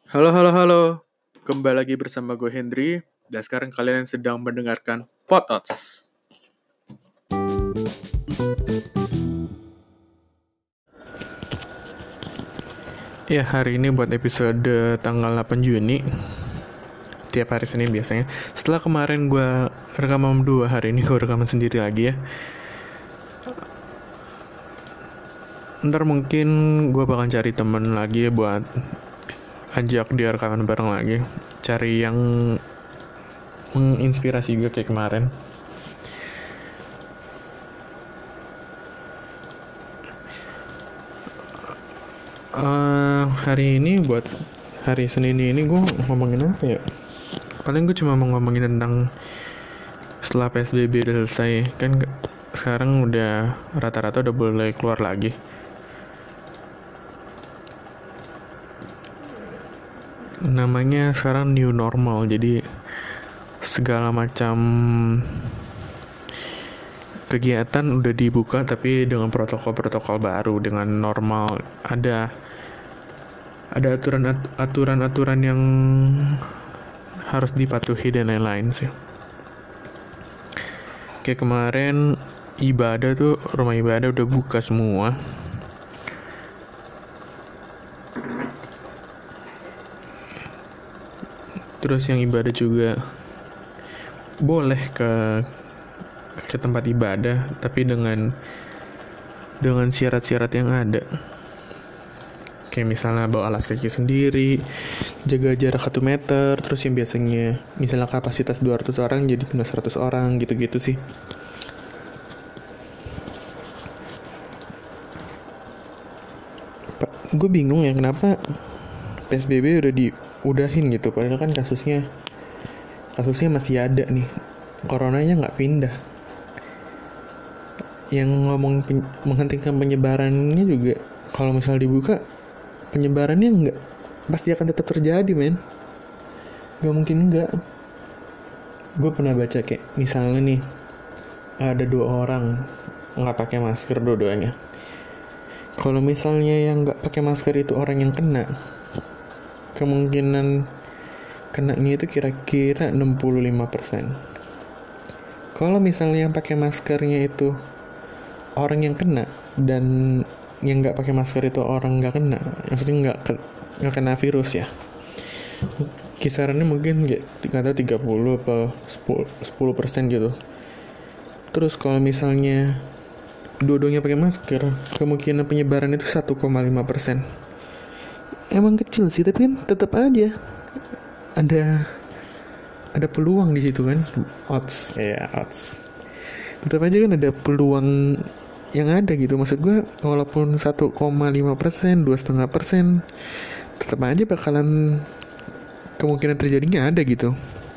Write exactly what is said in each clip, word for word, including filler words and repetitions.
Halo, halo, halo. Kembali lagi bersama gue Hendry. Dan sekarang kalian sedang mendengarkan Potots. Ya, hari ini buat episode tanggal delapan Juni. Tiap hari Senin biasanya. Setelah kemarin gue rekaman dua, hari ini gue rekaman sendiri lagi ya. Ntar mungkin gue bakal cari temen lagi ya buat ajak dia rekaman bareng lagi. Cari yang menginspirasi gue kayak kemarin. Uh, hari ini buat hari Senin ini gue ngomongin apa ya? Paling gue cuma mau ngomongin tentang setelah P S B B udah selesai. Kan sekarang udah rata-rata udah boleh keluar lagi. Namanya sekarang new normal. Jadi segala macam kegiatan udah dibuka tapi dengan protokol-protokol baru, dengan normal. Ada ada aturan-aturan yang harus dipatuhi dan lain-lain sih. Kayak kemarin ibadah tuh, rumah ibadah udah buka semua. Terus yang ibadah juga boleh ke ke tempat ibadah, tapi dengan dengan syarat-syarat yang ada. Kayak misalnya bawa alas kaki sendiri, jaga jarak satu meter, terus yang biasanya misalnya kapasitas dua ratus orang jadi tinggal seratus orang, gitu-gitu sih. Pak, gue bingung ya kenapa P S B B udah diudahin gitu, padahal kan kasusnya kasusnya masih ada nih, coronanya nggak pindah. Yang ngomong pen- menghentikan penyebarannya juga, kalau misal dibuka penyebarannya nggak, pasti akan tetap terjadi, men. Nggak mungkin nggak. Gue pernah baca kayak misalnya nih ada dua orang nggak pakai masker dua-duanya. Kalau misalnya yang nggak pakai masker itu orang yang kena, kemungkinan kenanya itu kira-kira enam puluh lima persen. Kalau misalnya yang pakai maskernya itu orang yang kena dan yang nggak pakai masker itu orang nggak kena, maksudnya nggak nggak kena virus ya, kisarannya mungkin nggak tahu tiga puluh apa sepuluh persen gitu. Terus kalau misalnya dua-duanya pakai masker, kemungkinan penyebaran itu satu koma lima persen. Emang kecil sih, tapi kan tetap aja ada ada peluang di situ kan, odds ya odds. Tetap aja kan ada peluang yang ada gitu. Maksud gue walaupun satu koma lima persen, dua koma lima persen, tetap aja bakalan kemungkinan terjadinya ada gitu.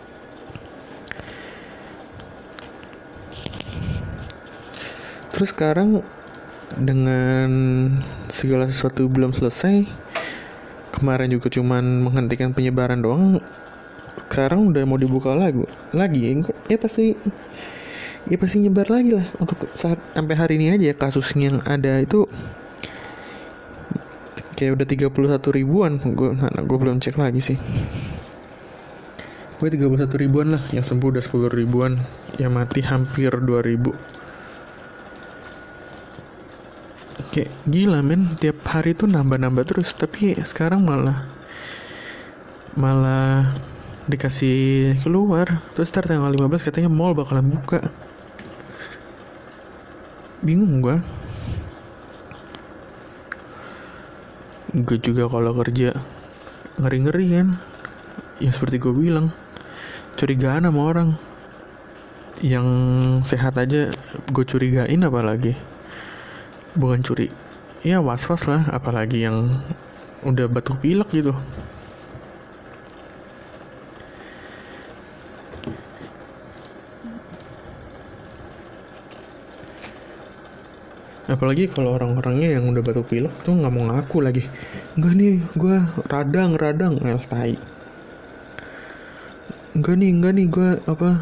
Terus sekarang dengan segala sesuatu belum selesai, kemarin juga cuman menghentikan penyebaran doang, sekarang udah mau dibuka lagi lagi ya pasti ya pasti nyebar lagi lah. Untuk saat sampai hari ini aja kasus yang ada itu kayak udah tiga puluh satu ribuan. Gue nah, gue belum cek lagi sih. Gue tiga puluh satu ribuan lah, yang sembuh udah sepuluh ribuan, yang mati hampir dua ribu. Kayak gila men, tiap hari tuh nambah-nambah terus. Tapi sekarang malah malah dikasih keluar. Terus ntar tanggal lima belas katanya mall bakalan buka. Bingung gue. Gue juga kalau kerja ngeri-ngeri kan. Ya seperti gue bilang, curigaan sama orang. Yang sehat aja gue curigain, apalagi bukan curi, ya was-was lah, apalagi yang udah batuk pilek gitu. Apalagi kalau orang-orangnya yang udah batuk pilek tuh nggak mau ngaku lagi. Enggak nih, gue radang radang, el tai. Enggak nih, enggak nih, gue apa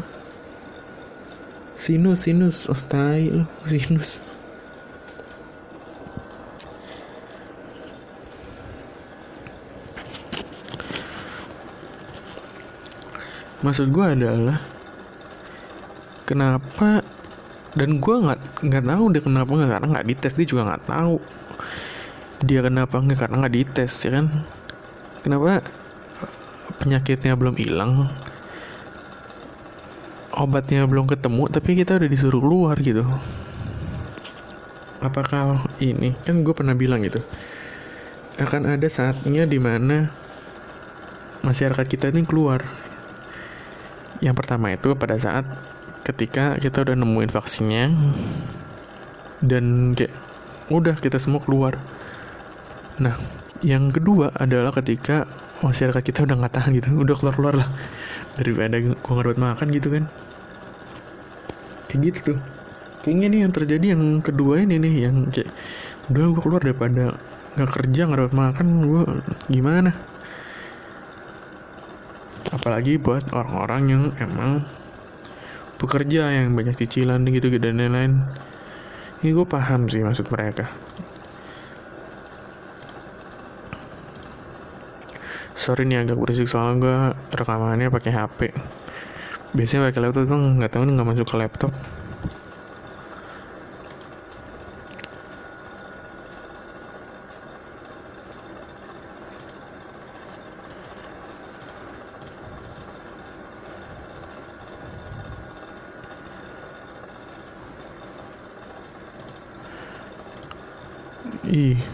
sinus sinus, oh tai lo, sinus. Maksud gue adalah kenapa, dan gue nggak nggak tahu dia kenapa nggak, karena nggak dites. Dia juga nggak tahu dia kenapa nggak, karena nggak dites ya kan. Kenapa penyakitnya belum hilang, obatnya belum ketemu, tapi kita udah disuruh keluar gitu. Apakah ini, kan gue pernah bilang gitu, akan ada saatnya dimana masyarakat kita ini keluar. Yang pertama itu pada saat ketika kita udah nemuin vaksinnya dan kayak udah kita semua keluar. Nah, yang kedua adalah ketika masyarakat kita udah nggak tahan gitu, udah keluar-keluar lah, daripada gue nggak dapat makan gitu kan. Kayak gitu tuh. Kayaknya nih yang terjadi yang kedua ini nih, yang kayak udah gue keluar daripada nggak kerja nggak dapat makan, gue gimana? Apalagi buat orang-orang yang emang pekerja yang banyak cicilan gitu dan lain-lain. Ini gue paham sih maksud mereka. Sorry nih agak berisik soalnya gue rekamannya pakai H P. Biasanya pakai laptop, bang nggak tahu nih nggak masuk ke laptop. Ih,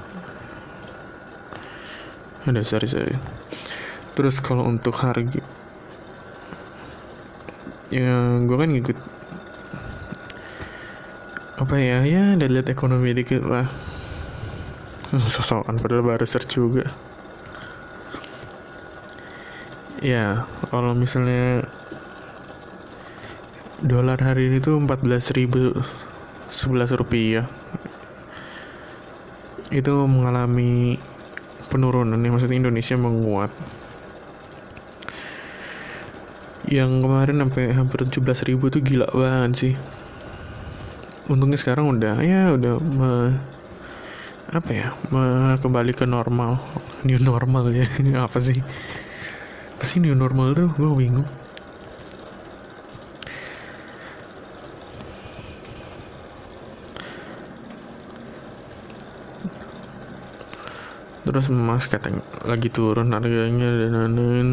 ada sorry sorry. Terus kalau untuk harga, ya gue kan ngikut apa ya ya lihat ekonomi dikit lah. Sosokan padahal baru search juga. Ya kalau misalnya dolar hari ini tuh empat belas ribu sebelas rupiah, itu mengalami penurunan ya, maksudnya Indonesia menguat. Yang kemarin sampai hampir tujuh belas ribu tuh gila banget sih. Untungnya sekarang udah ya udah me, apa ya me, kembali ke normal, new normal ya. Apa sih apa sih new normal tuh, gue bingung. Terus emas katanya lagi turun harganya dan lain-lain.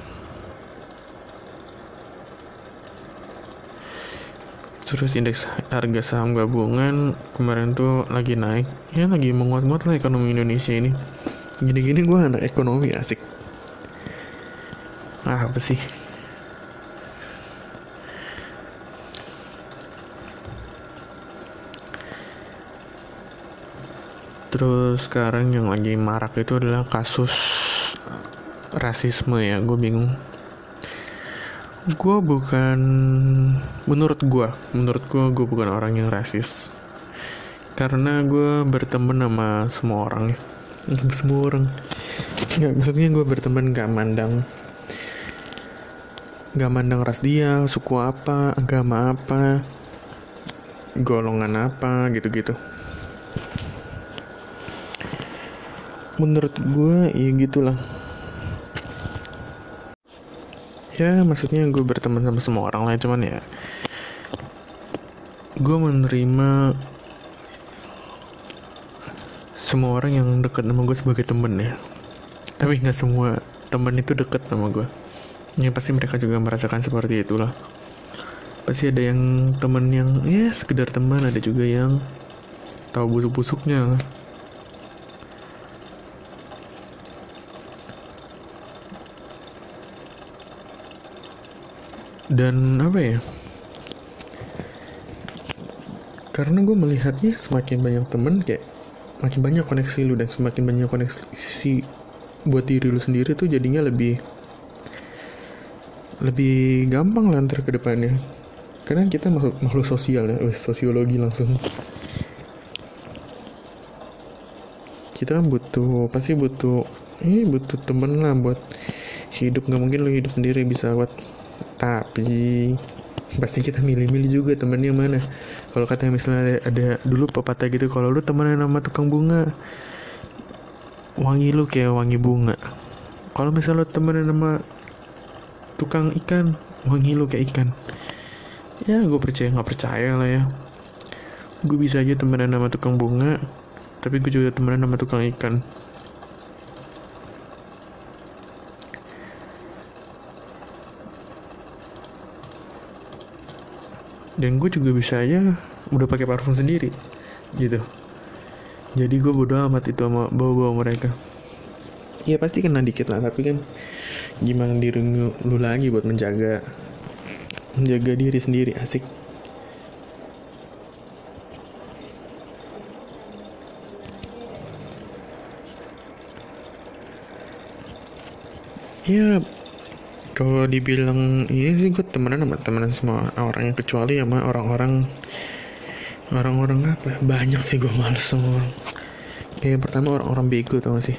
Terus indeks harga saham gabungan kemarin tuh lagi naik. Ya lagi menguat-nguat lah ekonomi Indonesia ini. Gini-gini gue anak ekonomi asik. Ah, apa sih? Terus sekarang yang lagi marak itu adalah kasus rasisme ya. Gue bingung. Gue bukan, menurut gue, menurut gue gue bukan orang yang rasis. Karena gue berteman sama semua orang ya. Semua orang. Nggak, maksudnya gue berteman gak mandang Gak mandang ras dia, suku apa, agama apa, golongan apa, gitu-gitu. Menurut gue ya gitulah. Ya maksudnya gue berteman sama semua orang lah, cuman ya gue menerima semua orang yang dekat sama gue sebagai temen ya. Tapi gak semua temen itu dekat sama gue. Ya pasti mereka juga merasakan seperti itulah. Pasti ada yang temen yang ya sekedar teman, ada juga yang tahu busuk-busuknya lah. Dan apa ya, karena gue melihatnya semakin banyak temen kayak makin banyak koneksi lu, dan semakin banyak koneksi buat diri lu sendiri tuh jadinya lebih lebih gampang lah ntar ke depannya. Karena kita makhluk, makhluk sosial ya, sosiologi langsung. Kita kan butuh, pasti butuh ini butuh temen lah buat hidup. Gak mungkin lu hidup sendiri bisa buat. Tapi pasti kita milih-milih juga temennya mana. Kalau kata misalnya ada, ada dulu pepatah gitu, kalau lu temenan sama tukang bunga, wangi lu kayak wangi bunga. Kalau misalnya lu temenan sama tukang ikan, wangi lu kayak ikan. Ya gue percaya nggak percaya lah ya. Gue bisa aja temenan sama tukang bunga, tapi gue juga temenan sama tukang ikan. Dan gue juga bisa aja udah pakai parfum sendiri gitu. Jadi gue bodo amat itu sama bau-bau mereka. Ya pasti kena dikit lah, tapi kan gimana diri lu lagi buat menjaga menjaga diri sendiri. Asik. Ya kalau dibilang ini sih gue temenan sama temenan semua orang, kecuali sama orang-orang orang-orang apa ya? Banyak sih gue males sama orang. Kayak yang pertama orang-orang bego, tau gak sih?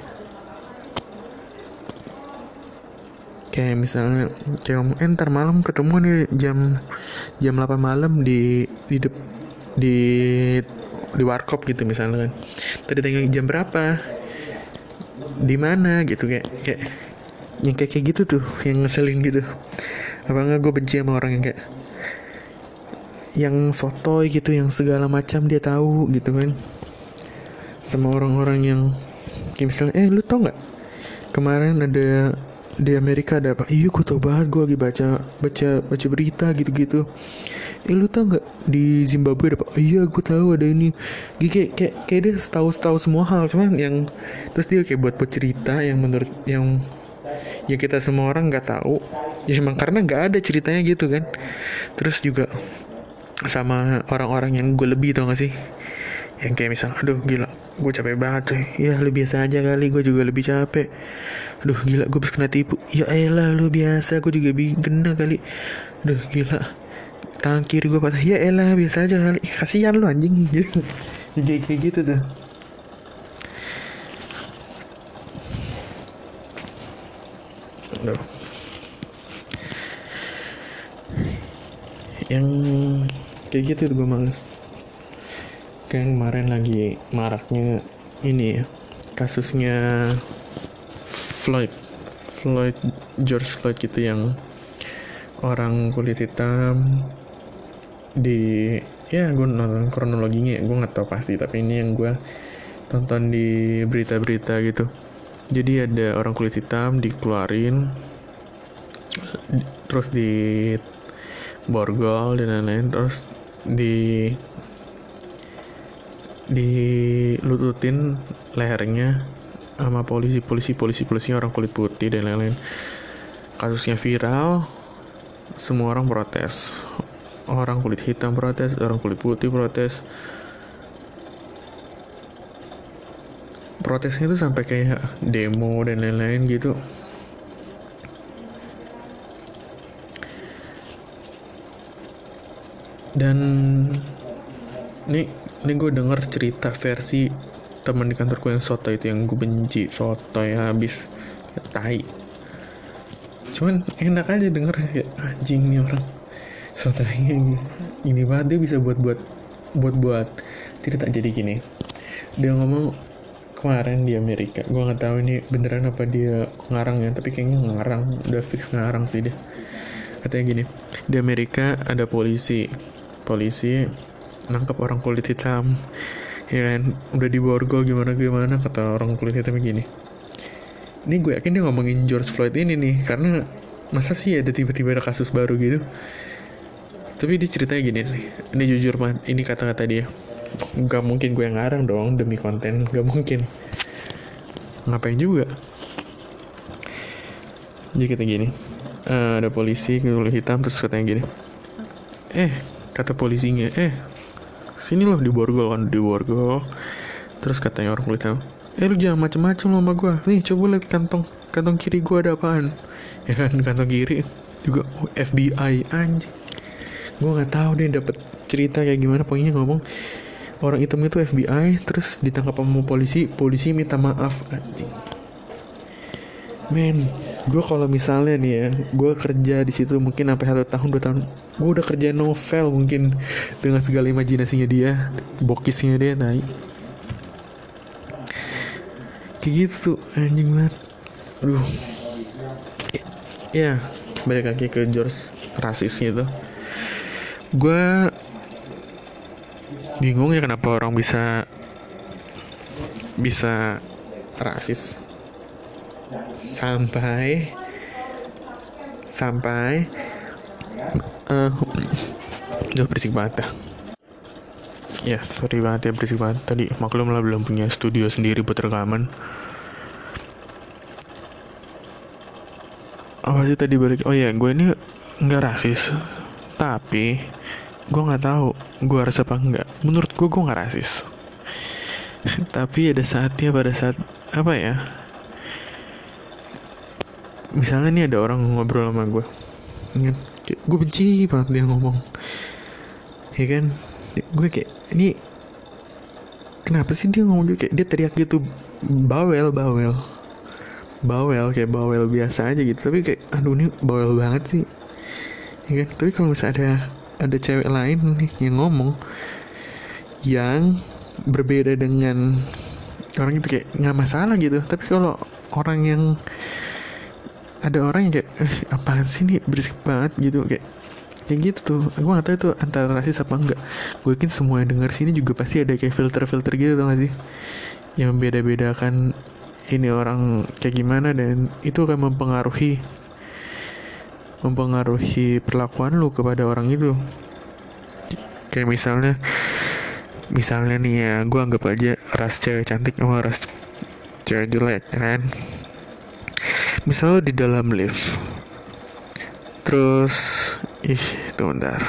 Kayak misalnya kayak ngomong, eh ntar malam ketemu nih jam jam delapan malam di di de, di di warkop gitu misalnya kan. Tadi tanya jam berapa, di mana gitu, kayak kayak yang kayak kayak gitu tuh yang ngeselin gitu. Apa enggak, gue benci sama orang yang kayak yang sotoy gitu, yang segala macam dia tahu gitu kan. Sama orang-orang yang kayak misalnya, eh lu tau nggak kemarin ada di Amerika ada apa? Iya gue tau banget, gue lagi baca baca baca berita gitu-gitu. Eh lu tau nggak di Zimbabwe ada apa? Iya gue tahu ada ini. Gini, kayak kayak kayak dia tahu tahu semua hal, cuman yang terus dia kayak buat buat cerita yang menurut yang ya kita semua orang nggak tahu. Ya emang karena nggak ada ceritanya gitu kan. Terus juga sama orang-orang yang gue lebih, tau gak sih? Yang kayak misal, aduh gila gue capek banget tuh. Ya lu biasa aja kali, gue juga lebih capek. Aduh gila gue bisa kena tipu. Ya elah lu biasa, gue juga bi kena kali. Aduh gila tangan kiri gue patah. Ya elah biasa aja kali. Kasihan lu anjing gitu. Kayak kayak gitu tuh. Aduh. Yang kayak gitu tuh gue males. Kayak kemarin lagi maraknya ini ya, kasusnya Floyd Floyd George Floyd gitu, yang orang kulit hitam di, ya gue nonton kronologinya, gue nggak tahu pasti, tapi ini yang gue tonton di berita-berita gitu. Jadi ada orang kulit hitam dikeluarin, terus di borgol dan lain-lain, terus di dilututin lehernya sama polisi polisi polisi polisi orang kulit putih dan lain-lain. Kasusnya viral, semua orang protes, orang kulit hitam protes, orang kulit putih protes. Protesnya itu sampai kayak demo dan lain-lain gitu. Dan ini ini gue denger cerita versi teman di kantor gue yang soto itu, yang gue benci, soto ya habis ya, tai. Cuman enak aja denger, kayak anjing nih orang soto ini ini banget, dia bisa buat buat buat buat cerita. Jadi gini, dia ngomong kemarin di Amerika, gue nggak tahu ini beneran apa dia ngarang ya, tapi kayaknya ngarang, udah fix ngarang sih dia. Katanya gini, di Amerika ada polisi polisi nangkap orang kulit hitam, ya kan, udah diborgol gimana gimana. Kata orang kulit hitam gini, ini gue yakin dia ngomongin George Floyd ini nih, karena masa sih ada tiba-tiba ada kasus baru gitu. Tapi dia ceritanya gini nih, ini jujur banget, ini kata-kata dia, gak mungkin gue yang ngarang dong demi konten, gak mungkin, ngapain juga. Jadi kata gini, uh, ada polisi kulit hitam, terus katanya gini, eh kata polisinya, eh sini loh, di borgol kan, di borgol. Terus katanya orang kulit hitam, eh lu jangan macem-macem lo sama gue, nih coba lihat kantong kantong kiri gue ada apaan. Ya kan, kantong kiri juga F B I. Anjing, gue nggak tahu deh dapet cerita kayak gimana, pokoknya ngomong orang hitam itu F B I, terus ditangkap sama polisi, polisi minta maaf. Anjing, men, gue kalau misalnya nih ya, gue kerja di situ mungkin sampai satu tahun dua tahun, gue udah kerja novel mungkin dengan segala imajinasinya dia, bokisnya dia naik kayak gitu, anjing banget. Aduh, ya balik lagi ke George rasis gitu. Gue bingung ya kenapa orang bisa bisa rasis sampai sampai uh, udah berisik banget dah. Ya sorry banget ya, berisik banget tadi. Maklum lah, belum punya studio sendiri buat rekaman. Apa sih tadi balik? Oh ya, gue ini nggak rasis, tapi gue nggak tahu gue harus apa enggak. Menurut gue gue nggak rasis. Tapi ada saatnya, pada saat apa ya, misalnya nih ada orang ngobrol sama gue, gue benci banget dia ngomong, ya kan, gue kayak ini kenapa sih dia ngomong gitu, kayak dia teriak gitu, bawel bawel bawel kayak bawel biasa aja gitu, tapi kayak aduh ini bawel banget sih, ya kan. Tapi kalau misalnya ada ada cewek lain nih yang ngomong yang berbeda dengan orang itu, kayak nggak masalah gitu. Tapi kalau orang yang ada orang yang kayak eh, apaan sih nih berisik banget gitu, kayak kayak gitu tuh, gue nggak tahu itu antara rasis apa enggak. Gue yakin semua yang dengar sini juga pasti ada kayak filter-filter gitu, tau gak sih, yang membeda-bedakan ini orang kayak gimana, dan itu akan mempengaruhi mempengaruhi perlakuan lu kepada orang itu. Kayak misalnya misalnya nih ya, gue anggap aja ras cewek cantik sama ras cewek jelek kan. Misalnya di dalam lift, terus ih itu bentar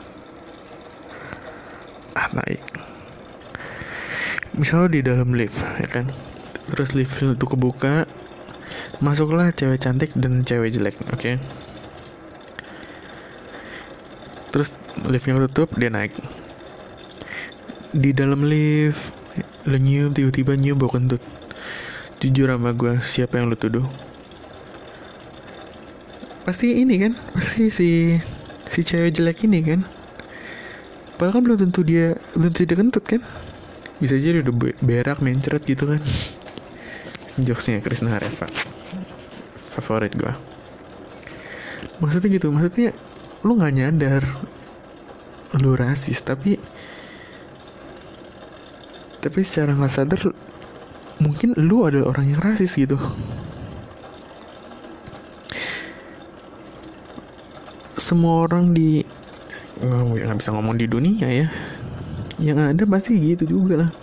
ah naik misalnya di dalam lift ya kan, terus lift itu kebuka, masuklah cewek cantik dan cewek jelek, oke okay? Terus liftnya tutup, dia naik. Di dalam lift lu nyium, tiba-tiba nyium bau kentut. Jujur sama gue, siapa yang lu tuduh? Pasti ini kan, pasti si si cewek jelek ini kan. Padahal kan belum tentu dia belum tentu dia kentut kan. Bisa jadi udah berak mencret gitu kan. Jokesnya Krisna Reva, favorit gue. Maksudnya gitu, maksudnya lu nggak nyadar lu rasis, tapi tapi secara nggak sadar mungkin lu adalah orang yang rasis gitu. Semua orang di nggak bisa ngomong di dunia ya, yang ada pasti gitu juga lah.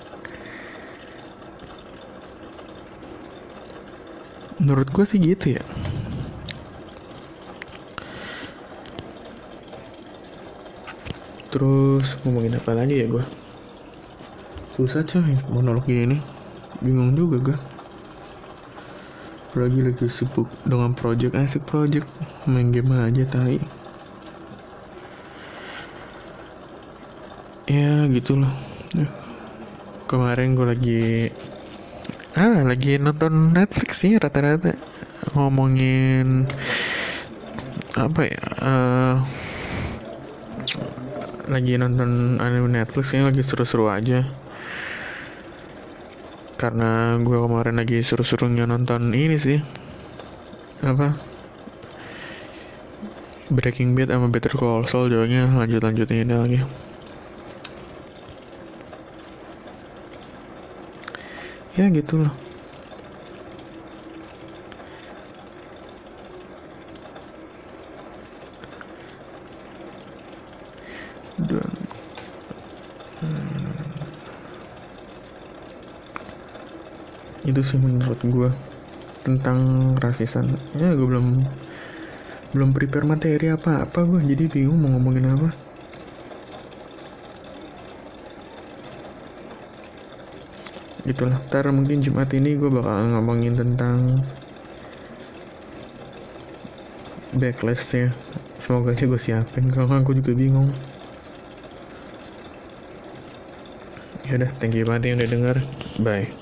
Menurut gue sih gitu ya. Terus ngomongin apa lagi ya gue? Susah coy monolog gini, bingung juga gue. Apalagi lagi sibuk dengan project, asik project, main game aja tai. Ya gitu loh. Kemarin gue lagi ah lagi nonton Netflix sih rata-rata, ngomongin apa ya, uh, lagi nonton anime Netflix yang lagi seru-seru aja. Karena gue kemarin lagi seru-serunya nonton ini sih, apa, Breaking Bad sama Better Call Saul, jadinya lanjut-lanjutin ini lagi. Ya gitu loh. Dan hmm, itu sih menurut gue tentang rasisan. Ya gue belum belum prepare materi apa-apa gue, jadi bingung mau ngomongin apa. Itulah, ntar mungkin Jumat ini gue bakal ngomongin tentang backlash ya. Semoga aja gue siapin, kalau nggak gue juga bingung. Yaudah, thank you banget yang udah denger, bye.